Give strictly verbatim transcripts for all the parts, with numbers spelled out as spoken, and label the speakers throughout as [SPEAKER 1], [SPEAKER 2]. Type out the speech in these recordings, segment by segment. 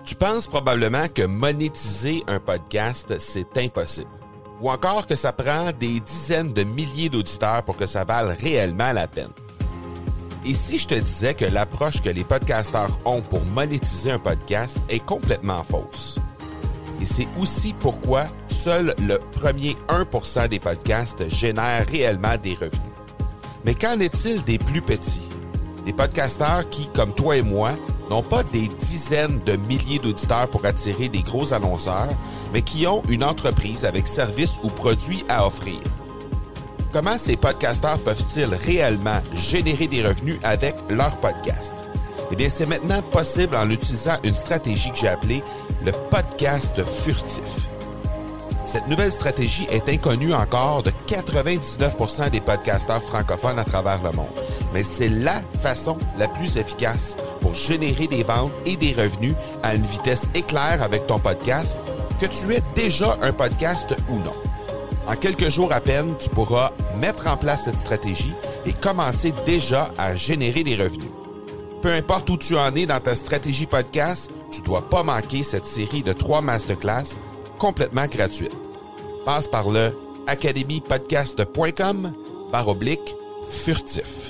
[SPEAKER 1] Tu penses probablement que monétiser un podcast, c'est impossible. Ou encore que ça prend des dizaines de milliers d'auditeurs pour que ça vale réellement la peine. Et si je te disais que l'approche que les podcasteurs ont pour monétiser un podcast est complètement fausse? Et c'est aussi pourquoi seul le premier un pour cent des podcasts génèrent réellement des revenus. Mais qu'en est-il des plus petits? Des podcasteurs qui, comme toi et moi, n'ont pas des dizaines de milliers d'auditeurs pour attirer des gros annonceurs, mais qui ont une entreprise avec services ou produits à offrir. Comment ces podcasteurs peuvent-ils réellement générer des revenus avec leur podcast? Eh bien, c'est maintenant possible en utilisant une stratégie que j'ai appelée le podcast furtif. Cette nouvelle stratégie est inconnue encore de quatre-vingt-dix-neuf pour cent des podcasteurs francophones à travers le monde. Mais c'est la façon la plus efficace pour générer des ventes et des revenus à une vitesse éclair avec ton podcast, que tu aies déjà un podcast ou non. En quelques jours à peine, tu pourras mettre en place cette stratégie et commencer déjà à générer des revenus. Peu importe où tu en es dans ta stratégie podcast, tu ne dois pas manquer cette série de trois masterclass complètement gratuite. Passe par le academy podcast point com barre oblique furtif.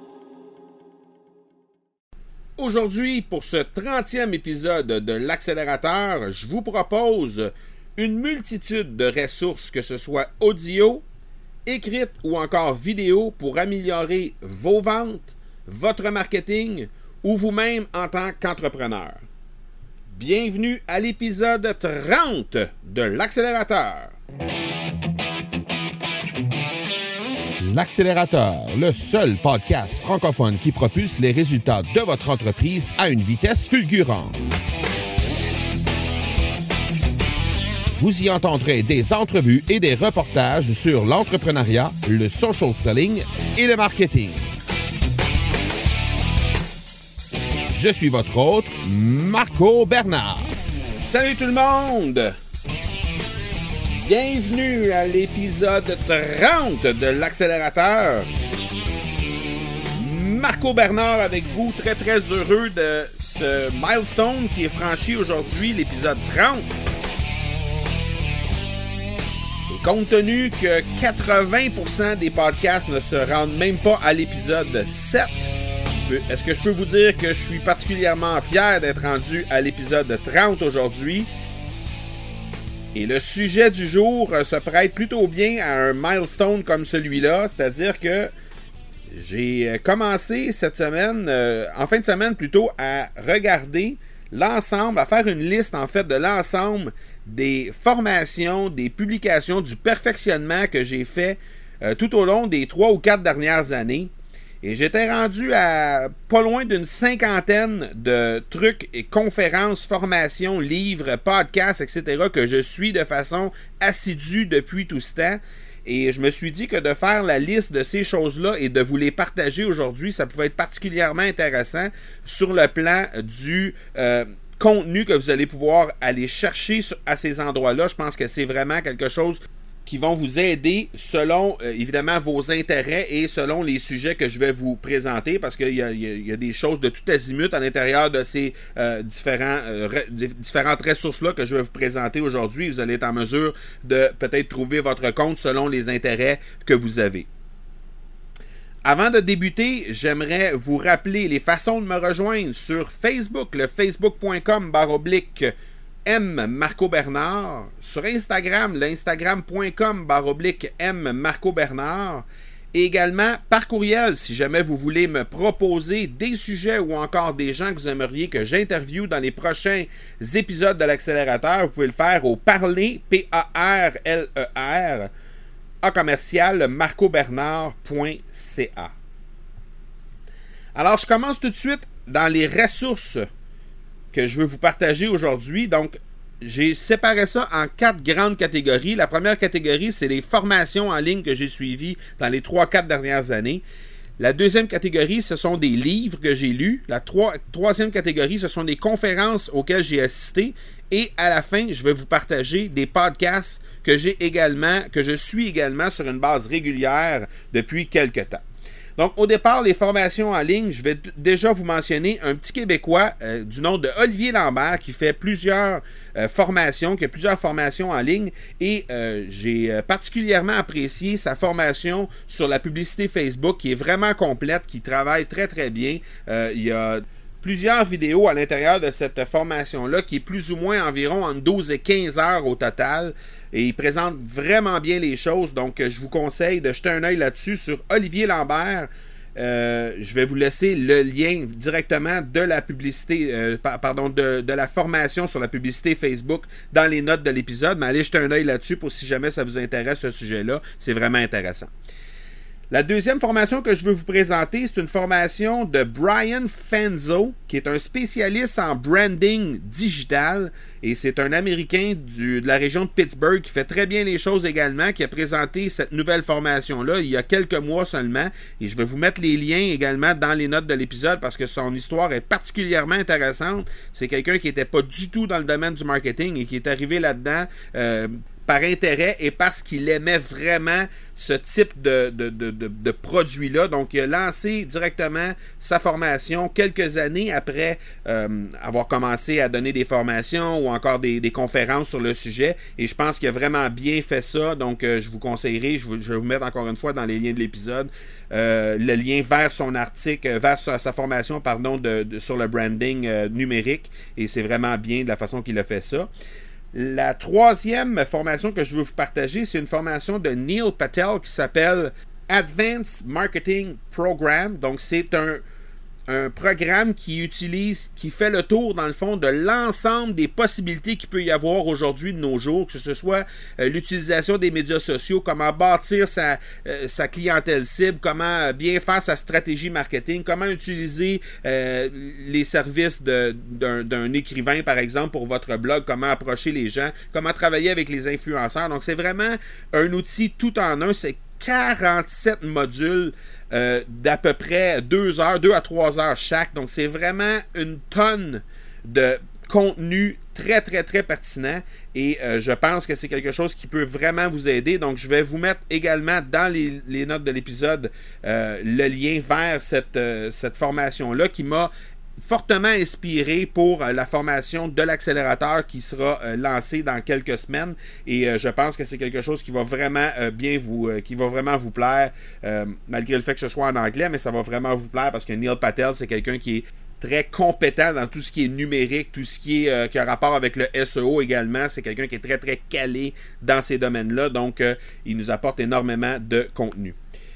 [SPEAKER 2] Aujourd'hui, pour ce trentième épisode de l'Accélérateur, je vous propose une multitude de ressources, que ce soit audio, écrite ou encore vidéo, pour améliorer vos ventes, votre marketing ou vous-même en tant qu'entrepreneur. Bienvenue à l'épisode trente de l'Accélérateur.
[SPEAKER 3] L'Accélérateur, le seul podcast francophone qui propulse les résultats de votre entreprise à une vitesse fulgurante. Vous y entendrez des entrevues et des reportages sur l'entrepreneuriat, le social selling et le marketing. Je suis votre hôte, Marco Bernard.
[SPEAKER 2] Salut tout le monde! Bienvenue à l'épisode trente de l'Accélérateur. Marco Bernard avec vous, très très heureux de ce milestone qui est franchi aujourd'hui, l'épisode trente. Et compte tenu que quatre-vingts pour cent des podcasts ne se rendent même pas à l'épisode sept, est-ce que je peux vous dire que je suis particulièrement fier d'être rendu à l'épisode trente aujourd'hui? Et le sujet du jour se prête plutôt bien à un milestone comme celui-là, c'est-à-dire que j'ai commencé cette semaine, euh, en fin de semaine plutôt, à regarder l'ensemble, à faire une liste en fait de l'ensemble des formations, des publications, du perfectionnement que j'ai fait euh, tout au long des trois ou quatre dernières années. Et j'étais rendu à pas loin d'une cinquantaine de trucs et conférences, formations, livres, podcasts, et cetera que je suis de façon assidue depuis tout ce temps. Et je me suis dit que de faire la liste de ces choses-là et de vous les partager aujourd'hui, ça pouvait être particulièrement intéressant sur le plan du euh, contenu que vous allez pouvoir aller chercher à ces endroits-là. Je pense que c'est vraiment quelque chose qui vont vous aider selon, euh, évidemment, vos intérêts et selon les sujets que je vais vous présenter, parce qu'il y a, il y a, il y a des choses de tout azimut à l'intérieur de ces euh, différents, euh, re, différentes ressources-là que je vais vous présenter aujourd'hui. Vous allez être en mesure de peut-être trouver votre compte selon les intérêts que vous avez. Avant de débuter, j'aimerais vous rappeler les façons de me rejoindre sur Facebook, le facebook point com barre oblique M Marco Bernard, sur Instagram, le instagram point com barre oblique M Marco Bernard, et également par courriel si jamais vous voulez me proposer des sujets ou encore des gens que vous aimeriez que j'interviewe dans les prochains épisodes de l'Accélérateur. Vous pouvez le faire au parler, P A R L E R, à commercial marco bernard point c a. Alors, je commence tout de suite dans les ressources que je veux vous partager aujourd'hui. Donc, j'ai séparé ça en quatre grandes catégories. La première catégorie, c'est les formations en ligne que j'ai suivies dans les trois quatre dernières années. La deuxième catégorie, ce sont des livres que j'ai lus. La trois, troisième catégorie, ce sont des conférences auxquelles j'ai assisté. Et à la fin, je vais vous partager des podcasts que j'ai également, que je suis également sur une base régulière depuis quelques temps. Donc, au départ, les formations en ligne, je vais d- déjà vous mentionner un petit Québécois euh, du nom de Olivier Lambert qui fait plusieurs euh, formations, qui a plusieurs formations en ligne et euh, j'ai euh, particulièrement apprécié sa formation sur la publicité Facebook qui est vraiment complète, qui travaille très très bien. Euh, il y a plusieurs vidéos à l'intérieur de cette formation-là qui est plus ou moins environ entre douze et quinze heures au total. Et il présente vraiment bien les choses. Donc, je vous conseille de jeter un œil là-dessus sur Olivier Lambert. Euh, je vais vous laisser le lien directement de la publicité, euh, pardon, de, de la formation sur la publicité Facebook dans les notes de l'épisode. Mais allez jeter un œil là-dessus pour si jamais ça vous intéresse ce sujet-là. C'est vraiment intéressant. La deuxième formation que je veux vous présenter, c'est une formation de Brian Fanzo, qui est un spécialiste en branding digital. Et c'est un Américain du, de la région de Pittsburgh qui fait très bien les choses également, qui a présenté cette nouvelle formation-là il y a quelques mois seulement. Et je vais vous mettre les liens également dans les notes de l'épisode parce que son histoire est particulièrement intéressante. C'est quelqu'un qui n'était pas du tout dans le domaine du marketing et qui est arrivé là-dedans euh, par intérêt et parce qu'il aimait vraiment ce type de, de, de, de, de produit-là. Donc, il a lancé directement sa formation quelques années après euh, avoir commencé à donner des formations ou encore des, des conférences sur le sujet. Et je pense qu'il a vraiment bien fait ça. Donc, euh, je vous conseillerais, je, vous, je vais vous mettre encore une fois dans les liens de l'épisode, euh, le lien vers son article, vers sa, sa formation, pardon, de, de, sur le branding euh, numérique. Et c'est vraiment bien de la façon qu'il a fait ça. La troisième formation que je veux vous partager, c'est une formation de Neil Patel qui s'appelle Advanced Marketing Program. Donc, c'est un, un programme qui utilise, qui fait le tour, dans le fond, de l'ensemble des possibilités qu'il peut y avoir aujourd'hui de nos jours, que ce soit euh, l'utilisation des médias sociaux, comment bâtir sa, euh, sa clientèle cible, comment bien faire sa stratégie marketing, comment utiliser euh, les services de, d'un, d'un écrivain, par exemple, pour votre blog, comment approcher les gens, comment travailler avec les influenceurs. Donc, c'est vraiment un outil tout en un. C'est quarante-sept modules euh, d'à peu près deux heures, deux à trois heures chaque. Donc, c'est vraiment une tonne de contenu très, très, très pertinent. Et euh, je pense que c'est quelque chose qui peut vraiment vous aider. Donc, je vais vous mettre également dans les, les notes de l'épisode euh, le lien vers cette, euh, cette formation-là qui m'a fortement inspiré pour euh, la formation de l'accélérateur qui sera euh, lancée dans quelques semaines et euh, je pense que c'est quelque chose qui va vraiment euh, bien vous euh, qui va vraiment vous plaire euh, malgré le fait que ce soit en anglais, mais ça va vraiment vous plaire parce que Neil Patel, c'est quelqu'un qui est très compétent dans tout ce qui est numérique, tout ce qui est euh, qui a rapport avec le S E O également. C'est quelqu'un qui est très très calé dans ces domaines-là, donc euh, il nous apporte énormément de contenu.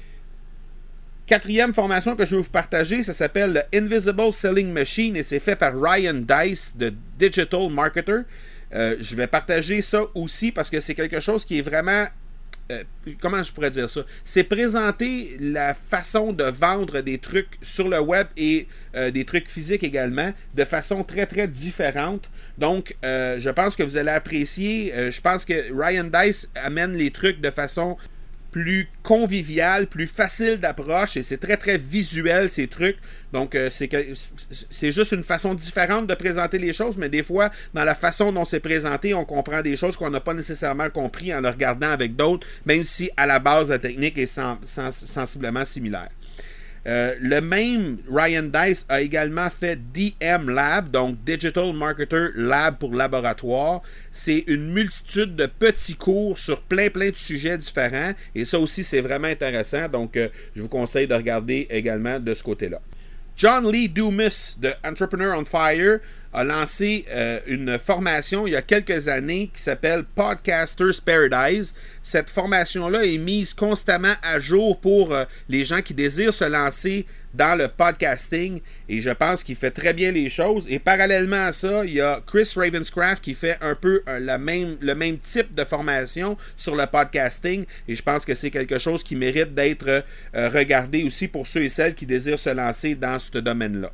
[SPEAKER 2] Quatrième formation que je vais vous partager, ça s'appelle le Invisible Selling Machine et c'est fait par Ryan Deiss de Digital Marketer. Euh, je vais partager ça aussi parce que c'est quelque chose qui est vraiment... Euh, comment je pourrais dire ça? C'est présenter la façon de vendre des trucs sur le web et euh, des trucs physiques également de façon très très différente. Donc, euh, je pense que vous allez apprécier. Euh, je pense que Ryan Deiss amène les trucs de façon plus convivial, plus facile d'approche et c'est très très visuel ces trucs. Donc euh, c'est, que, c'est juste une façon différente de présenter les choses, mais des fois dans la façon dont c'est présenté, on comprend des choses qu'on n'a pas nécessairement compris en le regardant avec d'autres, même si à la base la technique est sens, sens, sensiblement similaire. Euh, le même Ryan Deiss a également fait D M Lab, donc Digital Marketer Lab pour laboratoire. C'est une multitude de petits cours sur plein plein de sujets différents et ça aussi c'est vraiment intéressant, donc euh, je vous conseille de regarder également de ce côté-là. John Lee Dumas de Entrepreneur on Fire a lancé euh, une formation il y a quelques années qui s'appelle Podcasters Paradise. Cette formation-là est mise constamment à jour pour euh, les gens qui désirent se lancer dans le podcasting et je pense qu'il fait très bien les choses. Et parallèlement à ça, il y a Chris Ravenscraft qui fait un peu euh, la même, le même type de formation sur le podcasting et je pense que c'est quelque chose qui mérite d'être euh, regardé aussi pour ceux et celles qui désirent se lancer dans ce domaine-là.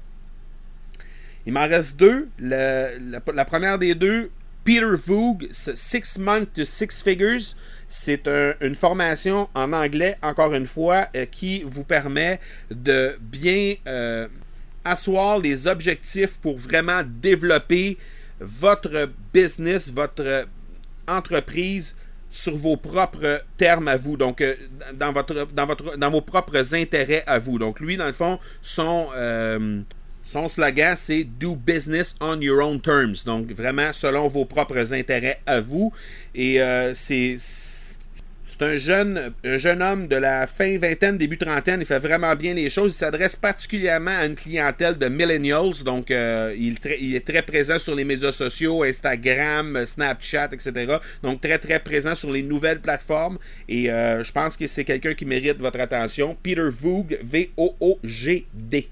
[SPEAKER 2] Il m'en reste deux. Le, la, la première des deux, Peter Voog, Six Months to Six Figures. C'est un, une formation en anglais, encore une fois, euh, qui vous permet de bien euh, asseoir les objectifs pour vraiment développer votre business, votre entreprise sur vos propres termes à vous, donc euh, dans, votre, dans, votre, dans vos propres intérêts à vous. Donc lui, dans le fond, son, euh, son slogan, c'est « Do business on your own terms », donc vraiment selon vos propres intérêts à vous. Et euh, c'est... C'est un jeune, un jeune homme de la fin vingtaine, début trentaine. Il fait vraiment bien les choses. Il s'adresse particulièrement à une clientèle de millennials. Donc, euh, il, il est très présent sur les médias sociaux, Instagram, Snapchat, et cetera. Donc, très, très présent sur les nouvelles plateformes. Et euh, je pense que c'est quelqu'un qui mérite votre attention. Peter Voogd, V O O G D.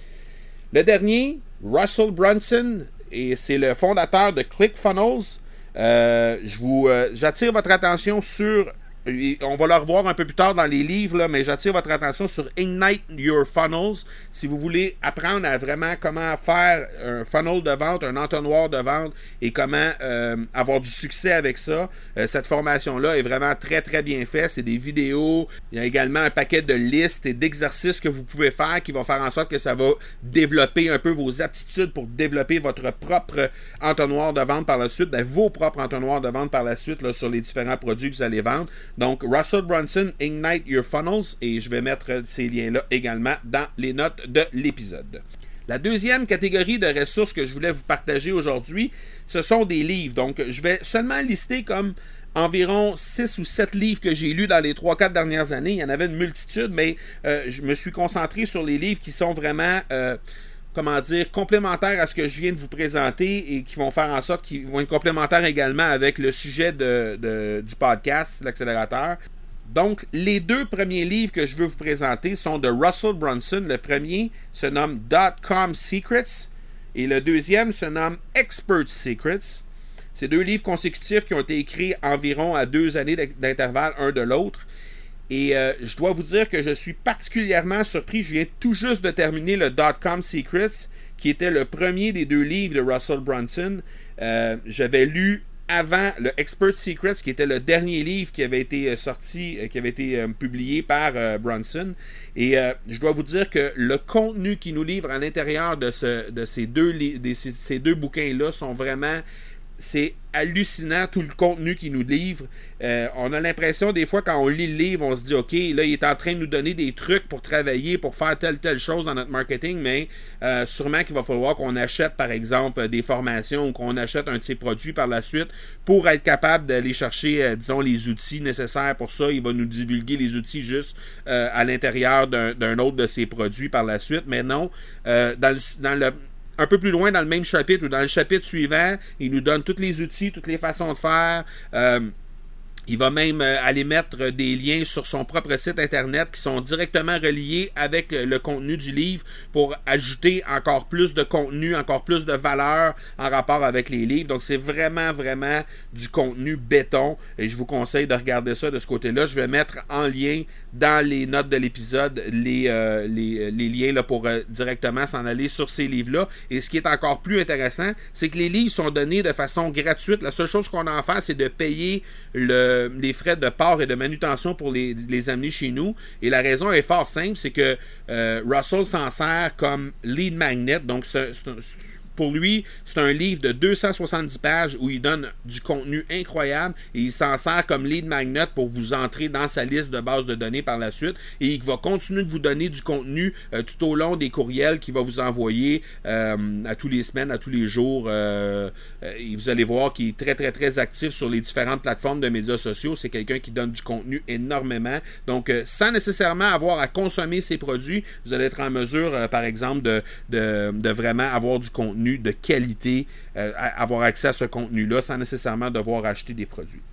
[SPEAKER 2] Le dernier, Russell Brunson, et c'est le fondateur de ClickFunnels. Euh, je vous, euh, j'attire votre attention sur... On va le revoir un peu plus tard dans les livres, là, mais j'attire votre attention sur Ignite Your Funnels. Si vous voulez apprendre à vraiment comment faire un funnel de vente, un entonnoir de vente et comment euh, avoir du succès avec ça, euh, cette formation-là est vraiment très très bien faite. C'est des vidéos, il y a également un paquet de listes et d'exercices que vous pouvez faire qui vont faire en sorte que ça va développer un peu vos aptitudes pour développer votre propre entonnoir de vente par la suite, ben, vos propres entonnoirs de vente par la suite là, sur les différents produits que vous allez vendre. Donc, Russell Brunson, Ignite Your Funnels, et je vais mettre ces liens-là également dans les notes de l'épisode. La deuxième catégorie de ressources que je voulais vous partager aujourd'hui, ce sont des livres. Donc, je vais seulement lister comme environ six ou sept livres que j'ai lus dans les trois quatre dernières années. Il y en avait une multitude, mais euh, je me suis concentré sur les livres qui sont vraiment... Euh, comment dire, complémentaires à ce que je viens de vous présenter et qui vont faire en sorte qu'ils vont être complémentaires également avec le sujet de, de, du podcast, l'accélérateur. Donc, les deux premiers livres que je veux vous présenter sont de Russell Brunson. Le premier se nomme Dot-Com Secrets et le deuxième se nomme Expert Secrets. C'est deux livres consécutifs qui ont été écrits environ à deux années d'intervalle un de l'autre. Et euh, je dois vous dire que je suis particulièrement surpris. Je viens tout juste de terminer le Dot-Com Secrets, qui était le premier des deux livres de Russell Brunson. Euh, j'avais lu avant le Expert Secrets, qui était le dernier livre qui avait été sorti, qui avait été euh, publié par euh, Brunson. Et euh, je dois vous dire que le contenu qu'il nous livre à l'intérieur de, ce, de ces deux, de ces, ces deux bouquins-là sont vraiment... C'est hallucinant tout le contenu qu'il nous livre. Euh, on a l'impression des fois quand on lit le livre, on se dit ok, là il est en train de nous donner des trucs pour travailler, pour faire telle telle chose dans notre marketing, mais euh, sûrement qu'il va falloir qu'on achète par exemple des formations ou qu'on achète un de ses produits par la suite pour être capable d'aller chercher, euh, disons, les outils nécessaires pour ça. Il va nous divulguer les outils juste euh, à l'intérieur d'un, d'un autre de ses produits par la suite, mais non, euh, dans le, dans le un peu plus loin dans le même chapitre ou dans le chapitre suivant, il nous donne tous les outils, toutes les façons de faire. Euh, il va même euh, aller mettre des liens sur son propre site internet qui sont directement reliés avec le contenu du livre pour ajouter encore plus de contenu, encore plus de valeur en rapport avec les livres. Donc c'est vraiment, vraiment du contenu béton et je vous conseille de regarder ça de ce côté-là. Je vais mettre en lien dans les notes de l'épisode les, euh, les, les liens là, pour euh, directement s'en aller sur ces livres-là. Et ce qui est encore plus intéressant, c'est que les livres sont donnés de façon gratuite. La seule chose qu'on a à faire, c'est de payer le, les frais de port et de manutention pour les, les amener chez nous. Et la raison est fort simple, c'est que euh, Russell s'en sert comme lead magnet. Donc, c'est, c'est, c'est pour lui, c'est un livre de deux cent soixante-dix pages où il donne du contenu incroyable et il s'en sert comme lead magnet pour vous entrer dans sa liste de base de données par la suite et il va continuer de vous donner du contenu euh, tout au long des courriels qu'il va vous envoyer euh, à tous les semaines, à tous les jours. Euh, euh, et vous allez voir qu'il est très très très actif sur les différentes plateformes de médias sociaux. C'est quelqu'un qui donne du contenu énormément. Donc, euh, sans nécessairement avoir à consommer ses produits, vous allez être en mesure, euh, par exemple, de, de, de vraiment avoir du contenu de qualité, euh, avoir accès à ce contenu-là sans nécessairement devoir acheter des produits.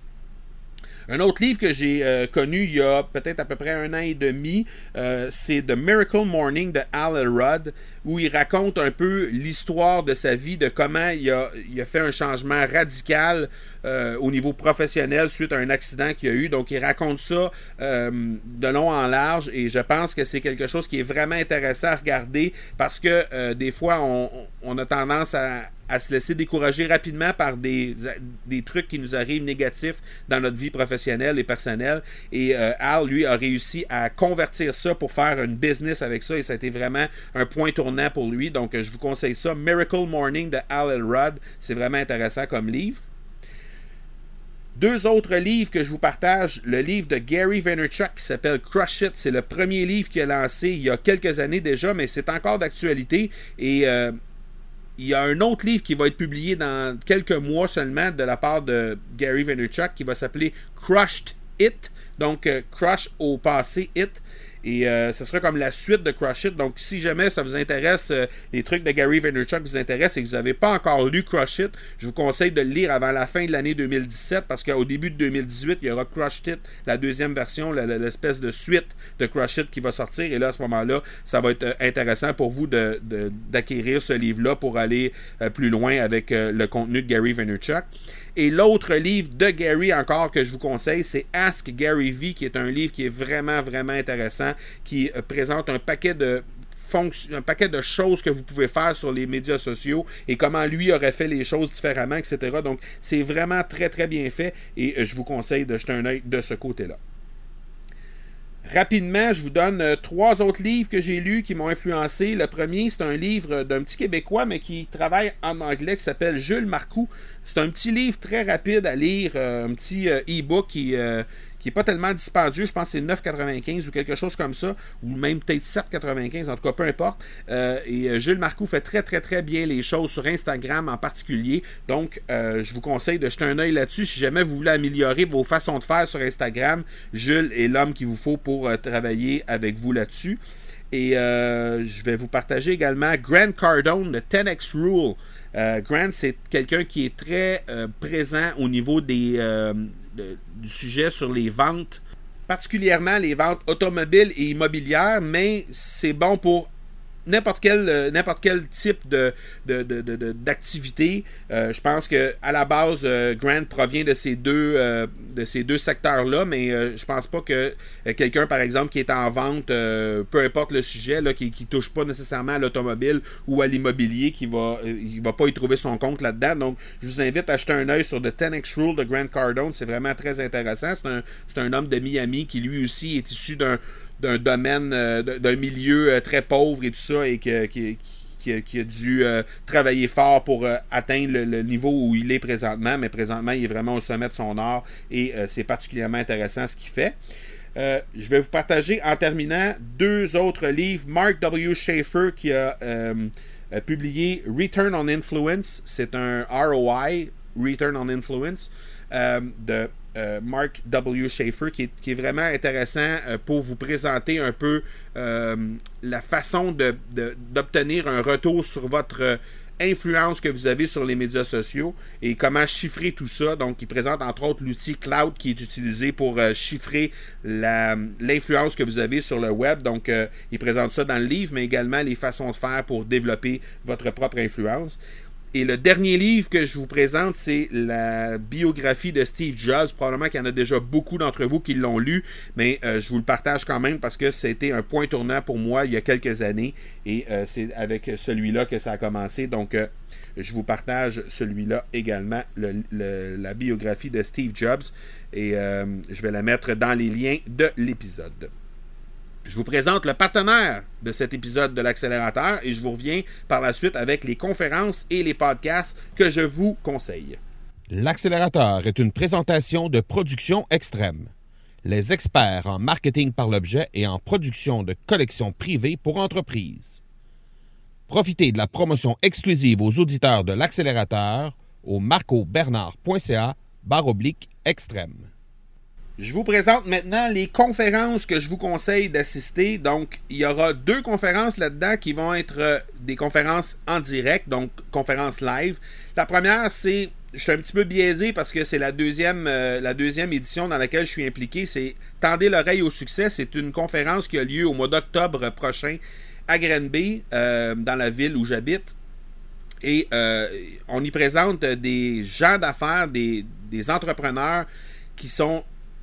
[SPEAKER 2] Un autre livre que j'ai euh, connu il y a peut-être à peu près un an et demi, euh, c'est The Miracle Morning de Hal Elrod, où il raconte un peu l'histoire de sa vie, de comment il a, il a fait un changement radical euh, au niveau professionnel suite à un accident qu'il a eu. Donc, il raconte ça euh, de long en large et je pense que c'est quelque chose qui est vraiment intéressant à regarder parce que euh, des fois, on, on a tendance à à se laisser décourager rapidement par des, des trucs qui nous arrivent négatifs dans notre vie professionnelle et personnelle. Et euh, Al, lui, a réussi à convertir ça pour faire une business avec ça et ça a été vraiment un point tournant pour lui. Donc, je vous conseille ça. Miracle Morning de Hal Elrod. C'est vraiment intéressant comme livre. Deux autres livres que je vous partage. Le livre de Gary Vaynerchuk qui s'appelle Crush It. C'est le premier livre qu'il a lancé il y a quelques années déjà, mais c'est encore d'actualité. Et euh, il y a un autre livre qui va être publié dans quelques mois seulement de la part de Gary Vaynerchuk qui va s'appeler Crushed It. Donc, euh, Crush au passé, It. Et euh, ce sera comme la suite de Crush It. Donc, si jamais ça vous intéresse, euh, les trucs de Gary Vaynerchuk vous intéressent et que vous n'avez pas encore lu Crush It, je vous conseille de le lire avant la fin de l'année deux mille dix-sept parce qu'au début de deux mille dix-huit, il y aura Crush It, la deuxième version, la, la, l'espèce de suite de Crush It qui va sortir. Et là, à ce moment-là, ça va être euh, intéressant pour vous de, de, d'acquérir ce livre-là pour aller euh, plus loin avec euh, le contenu de Gary Vaynerchuk. Et l'autre livre de Gary encore que je vous conseille, c'est Ask Gary V, qui est un livre qui est vraiment, vraiment intéressant, qui euh, présente un paquet de fonction, un paquet de choses que vous pouvez faire sur les médias sociaux et comment lui aurait fait les choses différemment, et cetera. Donc, c'est vraiment très, très bien fait et euh, je vous conseille de jeter un œil de ce côté-là. Rapidement, je vous donne euh, trois autres livres que j'ai lus qui m'ont influencé. Le premier, c'est un livre d'un petit Québécois, mais qui travaille en anglais, qui s'appelle Jules Marcoux. C'est un petit livre très rapide à lire, euh, un petit euh, e-book qui euh, qui n'est pas tellement dispendieux. Je pense que c'est neuf quatre-vingt-quinze ou quelque chose comme ça, ou même peut-être sept quatre-vingt-quinze, en tout cas, peu importe. Euh, et Jules Marcoux fait très, très, très bien les choses sur Instagram en particulier. Donc, euh, je vous conseille de jeter un œil là-dessus. Si jamais vous voulez améliorer vos façons de faire sur Instagram, Jules est l'homme qu'il vous faut pour euh, travailler avec vous là-dessus. Et euh, je vais vous partager également Grant Cardone, le ten X Rule. Euh, Grant, c'est quelqu'un qui est très euh, présent au niveau des, euh, de, du sujet sur les ventes, particulièrement les ventes automobiles et immobilières, mais c'est bon pour n'importe quel, euh, n'importe quel type de, de, de, de, de, d'activité. Euh, je pense que à la base, euh, Grant provient de ces deux, euh, de ces deux secteurs-là, mais euh, je pense pas que euh, quelqu'un, par exemple, qui est en vente, euh, peu importe le sujet, là, qui, qui touche pas nécessairement à l'automobile ou à l'immobilier, qui va, euh, il va pas y trouver son compte là-dedans. Donc, je vous invite à jeter un œil sur The ten X Rule de Grant Cardone. C'est vraiment très intéressant. C'est un, c'est un homme de Miami qui, lui aussi, est issu d'un d'un domaine, euh, d'un milieu euh, très pauvre et tout ça, et que, qui, qui, qui a dû euh, travailler fort pour euh, atteindre le, le niveau où il est présentement, mais présentement, il est vraiment au sommet de son art, et euh, c'est particulièrement intéressant ce qu'il fait. Euh, je vais vous partager, en terminant, deux autres livres. Mark W. Schaefer, qui a euh, euh, publié Return on Influence, c'est un R O I, Return on Influence, euh, de Euh, Mark W. Schaefer, qui est, qui est vraiment intéressant euh, pour vous présenter un peu euh, la façon de, de, d'obtenir un retour sur votre euh, influence que vous avez sur les médias sociaux et comment chiffrer tout ça. Donc, il présente entre autres l'outil Cloud qui est utilisé pour euh, chiffrer la, l'influence que vous avez sur le web. Donc, euh, il présente ça dans le livre, mais également les façons de faire pour développer votre propre influence. Et le dernier livre que je vous présente, c'est la biographie de Steve Jobs. Probablement qu'il y en a déjà beaucoup d'entre vous qui l'ont lu, mais euh, je vous le partage quand même parce que c'était un point tournant pour moi il y a quelques années. Et euh, c'est avec celui-là que ça a commencé. Donc, euh, je vous partage celui-là également, le, le, la biographie de Steve Jobs. Et euh, je vais la mettre dans les liens de l'épisode. Je vous présente le partenaire de cet épisode de l'Accélérateur et je vous reviens par la suite avec les conférences et les podcasts que je vous conseille.
[SPEAKER 3] L'Accélérateur est une présentation de Production Extrême, les experts en marketing par l'objet et en production de collections privées pour entreprises. Profitez de la promotion exclusive aux auditeurs de l'Accélérateur au marcobernard.ca barre oblique extrême.
[SPEAKER 2] Je vous présente maintenant les conférences que je vous conseille d'assister. Donc, il y aura deux conférences là-dedans qui vont être des conférences en direct, donc conférences live. La première, c'est, je suis un petit peu biaisé parce que c'est la deuxième, euh, la deuxième édition dans laquelle je suis impliqué, c'est Tendez l'oreille au succès. C'est une conférence qui a lieu au mois d'octobre prochain à Granby, euh, dans la ville où j'habite. Et euh, on y présente des gens d'affaires, des, des entrepreneurs qui sont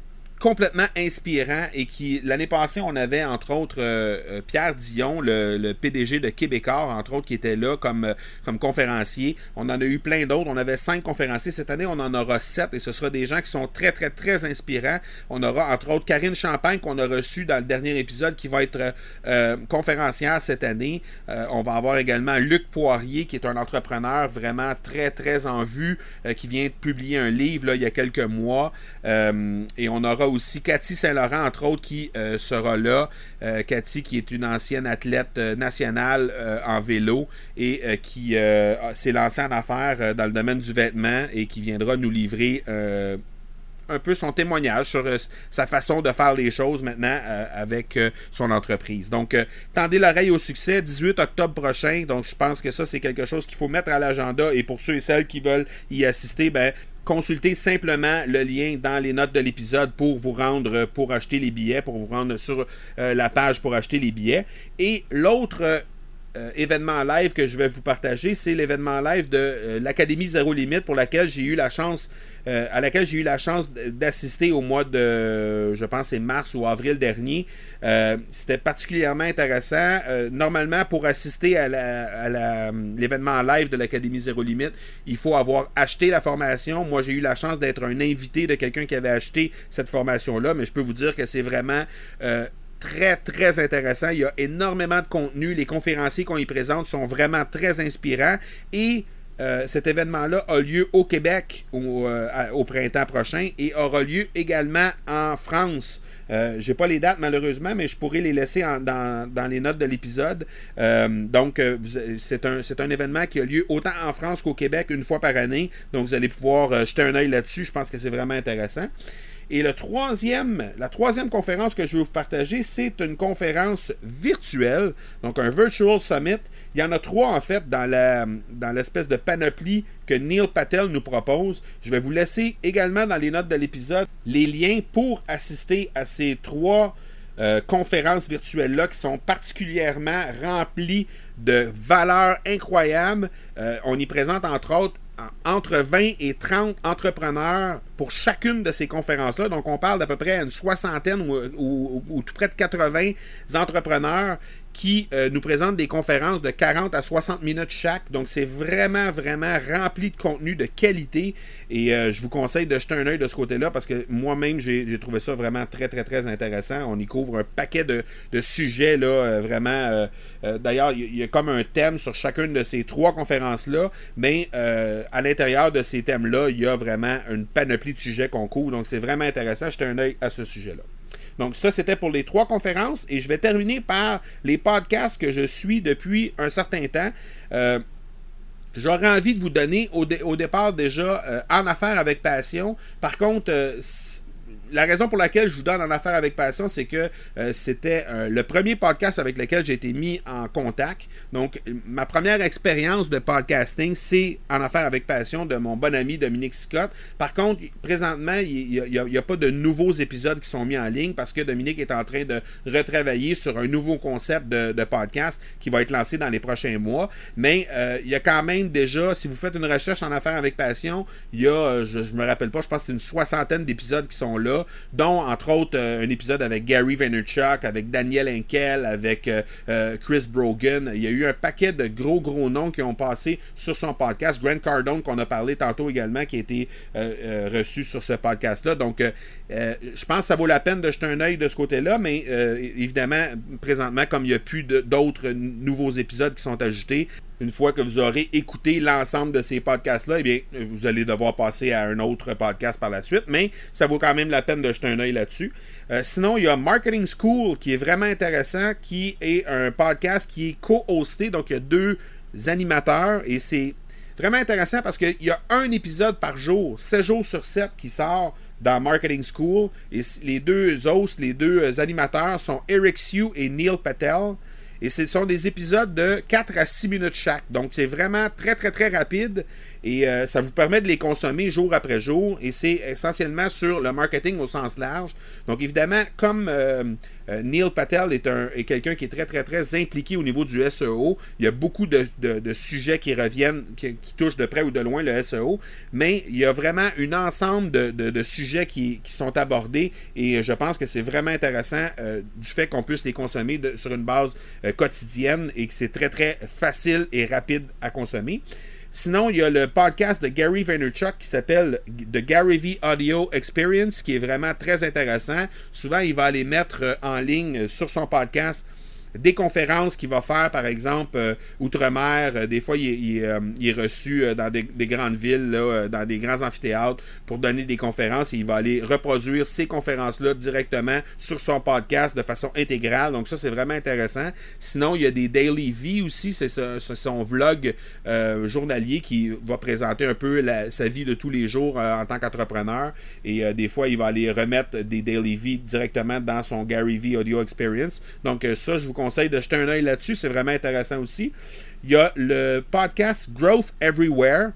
[SPEAKER 2] complètement inspirant et qui, l'année passée, on avait entre autres euh, Pierre Dion, le, le P D G de Québécois, entre autres, qui était là comme, comme conférencier. On en a eu plein d'autres. On avait cinq conférenciers. Cette année, on en aura sept et ce sera des gens qui sont très, très, très inspirants. On aura entre autres Karine Champagne qu'on a reçue dans le dernier épisode qui va être euh, conférencière cette année. Euh, on va avoir également Luc Poirier qui est un entrepreneur vraiment très, très en vue, euh, qui vient de publier un livre là, il y a quelques mois. Euh, et on aura aussi Cathy Saint-Laurent, entre autres, qui euh, sera là. Euh, Cathy, qui est une ancienne athlète euh, nationale euh, en vélo et euh, qui euh, s'est lancée en affaires euh, dans le domaine du vêtement et qui viendra nous livrer euh, un peu son témoignage sur euh, sa façon de faire les choses maintenant euh, avec euh, son entreprise. Donc, euh, tendez l'oreille au succès, dix-huit octobre prochain. Donc, je pense que ça, c'est quelque chose qu'il faut mettre à l'agenda et pour ceux et celles qui veulent y assister, ben consultez simplement le lien dans les notes de l'épisode pour vous rendre, pour acheter les billets, pour vous rendre sur euh, la page pour acheter les billets. Et l'autre euh, euh, événement live que je vais vous partager, c'est l'événement live de euh, l'Académie Zéro Limite pour laquelle j'ai eu la chance Euh, à laquelle j'ai eu la chance d'assister au mois de, je pense c'est mars ou avril dernier. Euh, c'était particulièrement intéressant. Euh, normalement, pour assister à, la, à la, l'événement live de l'Académie Zéro Limite, il faut avoir acheté la formation. Moi, j'ai eu la chance d'être un invité de quelqu'un qui avait acheté cette formation-là, mais je peux vous dire que c'est vraiment... Euh, très, très intéressant. Il y a énormément de contenu. Les conférenciers qu'on y présente sont vraiment très inspirants et Euh, cet événement-là a lieu au Québec au, euh, au printemps prochain et aura lieu également en France. Euh, j'ai pas les dates malheureusement, mais je pourrais les laisser en, dans, dans les notes de l'épisode. Euh, donc, euh, c'est un, c'est un événement qui a lieu autant en France qu'au Québec une fois par année. Donc, vous allez pouvoir euh, jeter un œil là-dessus. Je pense que c'est vraiment intéressant. Et le troisième, la troisième conférence que je vais vous partager, c'est une conférence virtuelle, donc un Virtual Summit. Il y en a trois, en fait, dans, la, dans l'espèce de panoplie que Neil Patel nous propose. Je vais vous laisser également dans les notes de l'épisode les liens pour assister à ces trois euh, conférences virtuelles-là qui sont particulièrement remplies de valeurs incroyables. Euh, on y présente, entre autres, entre vingt et trente entrepreneurs pour chacune de ces conférences-là. Donc, on parle d'à peu près une soixantaine ou, ou, ou tout près de quatre-vingts entrepreneurs qui euh, nous présentent des conférences de quarante à soixante minutes chaque. Donc, c'est vraiment, vraiment rempli de contenu de qualité. Et euh, je vous conseille de jeter un œil de ce côté-là parce que moi-même, j'ai, j'ai trouvé ça vraiment très, très, très intéressant. On y couvre un paquet de, de sujets, là, euh, vraiment... Euh, euh, d'ailleurs, il y, y a comme un thème sur chacune de ces trois conférences-là, mais euh, à l'intérieur de ces thèmes-là, il y a vraiment une panoplie de sujets qu'on couvre. Donc, c'est vraiment intéressant. Jetez un œil à ce sujet-là. Donc ça, c'était pour les trois conférences. Et je vais terminer par les podcasts que je suis depuis un certain temps. Euh, j'aurais envie de vous donner au, dé- au départ déjà euh, En Affaires avec Passion. Par contre, euh, la raison pour laquelle je vous donne En Affaires avec Passion, c'est que euh, c'était euh, le premier podcast avec lequel j'ai été mis en contact. Donc, ma première expérience de podcasting, c'est En Affaires avec Passion de mon bon ami Dominique Scott. Par contre, présentement, il n'y a, a, a pas de nouveaux épisodes qui sont mis en ligne parce que Dominique est en train de retravailler sur un nouveau concept de, de podcast qui va être lancé dans les prochains mois. Mais euh, il y a quand même déjà, si vous faites une recherche En Affaires avec Passion, il y a, je ne me rappelle pas, je pense que c'est une soixantaine d'épisodes qui sont là, dont entre autres euh, un épisode avec Gary Vaynerchuk, avec Daniel Henkel, avec euh, euh, Chris Brogan. Il y a eu un paquet de gros gros noms qui ont passé sur son podcast. Grant Cardone qu'on a parlé tantôt également, qui a été euh, euh, reçu sur ce podcast-là. Donc euh, euh, je pense que ça vaut la peine de jeter un œil de ce côté-là, mais euh, évidemment, présentement, comme il n'y a plus de, d'autres nouveaux épisodes qui sont ajoutés, une fois que vous aurez écouté l'ensemble de ces podcasts-là, eh bien, vous allez devoir passer à un autre podcast par la suite, mais ça vaut quand même la peine de jeter un œil là-dessus. Euh, sinon, il y a Marketing School, qui est vraiment intéressant, qui est un podcast qui est co-hosté, donc il y a deux animateurs, et c'est vraiment intéressant parce qu'il y a un épisode par jour, sept jours sur sept, qui sort dans Marketing School, et les deux hosts, les deux animateurs sont Eric Sue et Neil Patel. Et ce sont des épisodes de quatre à six minutes chaque. Donc, c'est vraiment très, très, très rapide. et euh, ça vous permet de les consommer jour après jour et c'est essentiellement sur le marketing au sens large. Donc évidemment, comme euh, euh, Neil Patel est, un, est quelqu'un qui est très très très impliqué au niveau du S E O, il y a beaucoup de, de, de sujets qui reviennent, qui, qui touchent de près ou de loin le S E O, mais il y a vraiment un ensemble de, de, de sujets qui, qui sont abordés et je pense que c'est vraiment intéressant euh, du fait qu'on puisse les consommer de, sur une base euh, quotidienne et que c'est très très facile et rapide à consommer. Sinon, il y a le podcast de Gary Vaynerchuk qui s'appelle The Gary V Audio Experience, qui est vraiment très intéressant. Souvent, il va aller mettre en ligne sur son podcast des conférences qu'il va faire, par exemple, euh, outre-mer. Euh, des fois, il est, il, euh, il est reçu euh, dans des, des grandes villes, là, euh, dans des grands amphithéâtres pour donner des conférences et il va aller reproduire ces conférences-là directement sur son podcast de façon intégrale. Donc ça, c'est vraiment intéressant. Sinon, il y a des Daily V aussi. C'est, ce, c'est son vlog euh, journalier qui va présenter un peu la, sa vie de tous les jours euh, en tant qu'entrepreneur. Et euh, des fois, il va aller remettre des Daily V directement dans son Gary V Audio Experience. Donc euh, ça, je vous conseille de jeter un œil là-dessus, c'est vraiment intéressant aussi. Il y a le podcast Growth Everywhere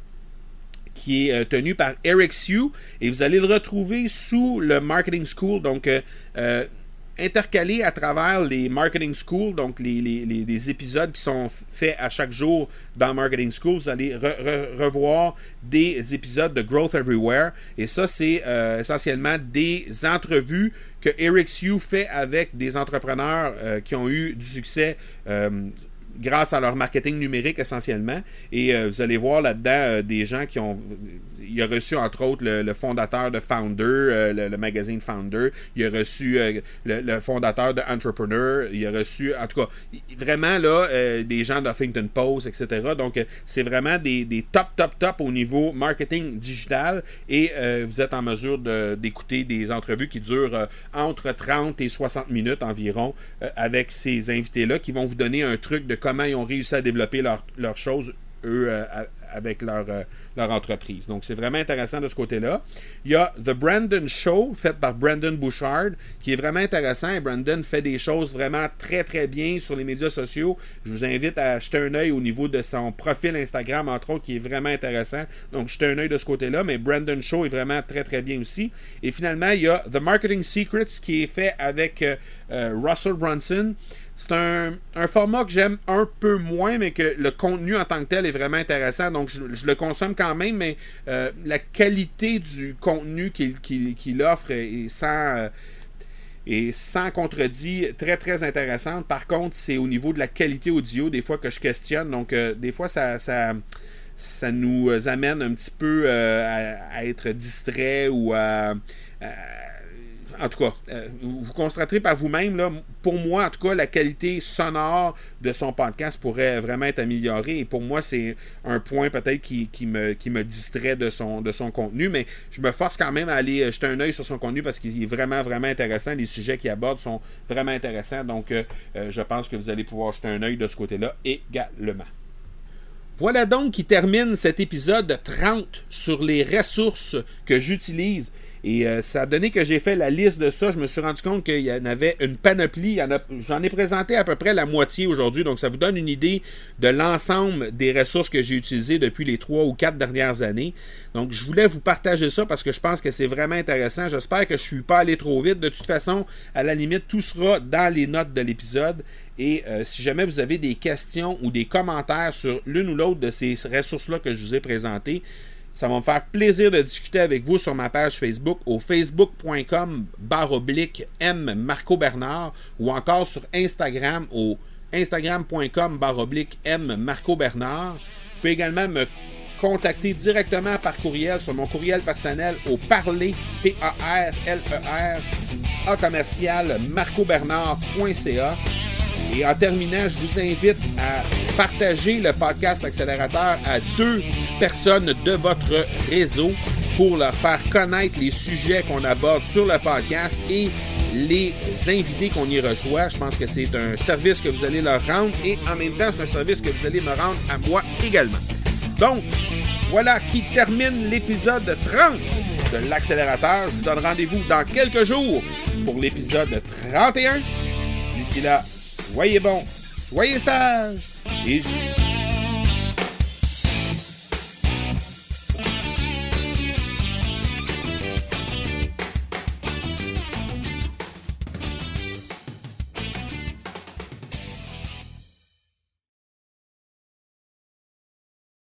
[SPEAKER 2] qui est euh, tenu par Eric Siu et vous allez le retrouver sous le Marketing School, donc euh, euh, intercalé à travers les Marketing School, donc les, les, les, les épisodes qui sont faits à chaque jour dans Marketing School. Vous allez re, re, revoir des épisodes de Growth Everywhere et ça, c'est euh, essentiellement des entrevues que Eric Siu fait avec des entrepreneurs euh, qui ont eu du succès euh, grâce à leur marketing numérique essentiellement. Et euh, vous allez voir là-dedans euh, des gens qui ont... Il a reçu entre autres le, le fondateur de Founder, euh, le, le magazine Founder. Il a reçu euh, le, le fondateur de Entrepreneur. Il a reçu, en tout cas, vraiment là, euh, des gens d'Huffington Post, et cetera. Donc, euh, c'est vraiment des, des top, top, top au niveau marketing digital. Et euh, vous êtes en mesure de, d'écouter des entrevues qui durent euh, entre trente et soixante minutes environ euh, avec ces invités-là qui vont vous donner un truc de comment ils ont réussi à développer leur, leur chose, eux, euh, avec leur, euh, leur entreprise. Donc, c'est vraiment intéressant de ce côté-là. Il y a The Brandon Show, fait par Brandon Bouchard, qui est vraiment intéressant. Et Brandon fait des choses vraiment très, très bien sur les médias sociaux. Je vous invite à jeter un œil au niveau de son profil Instagram, entre autres, qui est vraiment intéressant. Donc, jetez un œil de ce côté-là. Mais Brandon Show est vraiment très, très bien aussi. Et finalement, il y a The Marketing Secrets, qui est fait avec euh, euh, Russell Brunson. C'est un, un format que j'aime un peu moins, mais que le contenu en tant que tel est vraiment intéressant. Donc, je, je le consomme quand même, mais euh, la qualité du contenu qu'il, qu'il, qu'il offre est sans, euh, est sans contredit très, très intéressante. Par contre, c'est au niveau de la qualité audio, des fois, que je questionne. Donc, euh, des fois, ça... ça ça nous amène un petit peu euh, à, à être distrait ou à... à en tout cas, euh, vous vous constaterez par vous-même, là, pour moi, en tout cas, la qualité sonore de son podcast pourrait vraiment être améliorée. Et pour moi, c'est un point peut-être qui, qui, me, qui me distrait de son, de son contenu. Mais je me force quand même à aller jeter un œil sur son contenu parce qu'il est vraiment, vraiment intéressant. Les sujets qu'il aborde sont vraiment intéressants. Donc, euh, je pense que vous allez pouvoir jeter un œil de ce côté-là également. Voilà donc qui termine cet épisode trente sur les ressources que j'utilise. Et euh, ça a donné que j'ai fait la liste de ça. Je me suis rendu compte qu'il y en avait une panoplie. Il y en a, j'en ai présenté à peu près la moitié aujourd'hui. Donc, ça vous donne une idée de l'ensemble des ressources que j'ai utilisées depuis les trois ou quatre dernières années. Donc, je voulais vous partager ça parce que je pense que c'est vraiment intéressant. J'espère que je ne suis pas allé trop vite. De toute façon, à la limite, tout sera dans les notes de l'épisode. Et euh, si jamais vous avez des questions ou des commentaires sur l'une ou l'autre de ces ressources-là que je vous ai présentées, ça va me faire plaisir de discuter avec vous sur ma page Facebook au facebook.com barre oblique M Marco Bernard ou encore sur Instagram au instagram.com barre oblique M Marco Bernard. Vous pouvez également me contacter directement par courriel sur mon courriel personnel au parler, P A R L E R, A commercial, marcobernard point c a. Et en terminant, je vous invite à partager le podcast Accélérateur à deux personnes de votre réseau pour leur faire connaître les sujets qu'on aborde sur le podcast et les invités qu'on y reçoit. Je pense que c'est un service que vous allez leur rendre et en même temps, c'est un service que vous allez me rendre à moi également. Donc, voilà qui termine l'épisode trente de l'Accélérateur. Je vous donne rendez-vous dans quelques jours pour l'épisode trente et un. D'ici là, soyez bons, soyez sages, et je...